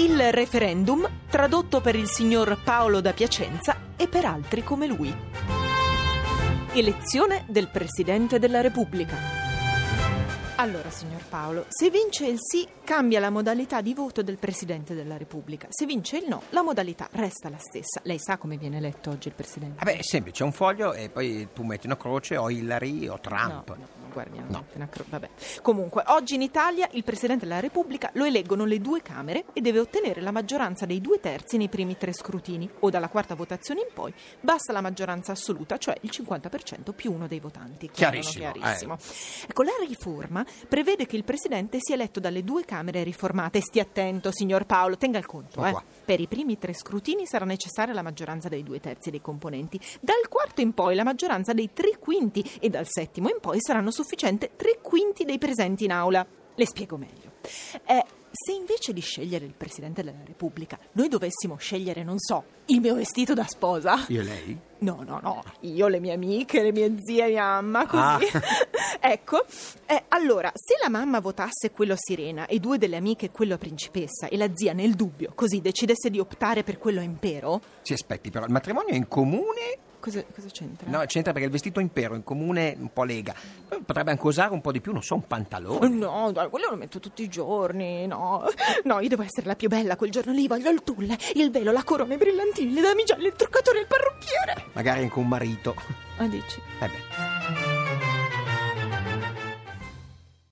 Il referendum, tradotto per il signor Paolo da Piacenza e per altri come lui. Elezione del Presidente della Repubblica. Allora, signor Paolo, se vince il sì, cambia la modalità di voto del Presidente della Repubblica. Se vince il no, la modalità resta la stessa. Lei sa come viene eletto oggi il Presidente? Vabbè, è semplice, un foglio e poi tu metti una croce o Hillary o Trump. No, guardi, vabbè. Comunque, oggi in Italia il Presidente della Repubblica lo eleggono le due Camere e deve ottenere la maggioranza dei 2/3 nei primi 3 scrutini, o dalla quarta votazione in poi basta la maggioranza assoluta, cioè il 50% più uno dei votanti. Chiarissimo. Ecco, la riforma prevede che il Presidente sia eletto dalle due Camere riformate. Stia attento, signor Paolo, tenga il conto. Per i primi 3 scrutini sarà necessaria la maggioranza dei 2/3 dei componenti, dal quarto in poi la maggioranza dei 3/5 e dal settimo in poi saranno sufficienti 3/5 dei presenti in aula. Le spiego meglio. Se invece di scegliere il Presidente della Repubblica noi dovessimo scegliere, non so, il mio vestito da sposa... Io e lei? No, io, le mie amiche, le mie zie, mia mamma, così. Ecco, allora, se la mamma votasse quello sirena e 2 delle amiche quello principessa e la zia nel dubbio, così decidesse di optare per quello impero... Sì, aspetti, però il matrimonio è in comune... Cosa c'entra? No, c'entra perché il vestito impero in comune un po' lega. Potrebbe anche usare un po' di più, non so, un pantalone. No, dai, quello lo metto tutti i giorni, no, io devo essere la più bella quel giorno lì, voglio il tulle, il velo, la corona, i brillantini, le damigielle, il truccatore, il parrucchiere. Magari anche un marito. Ah, dici? Beh.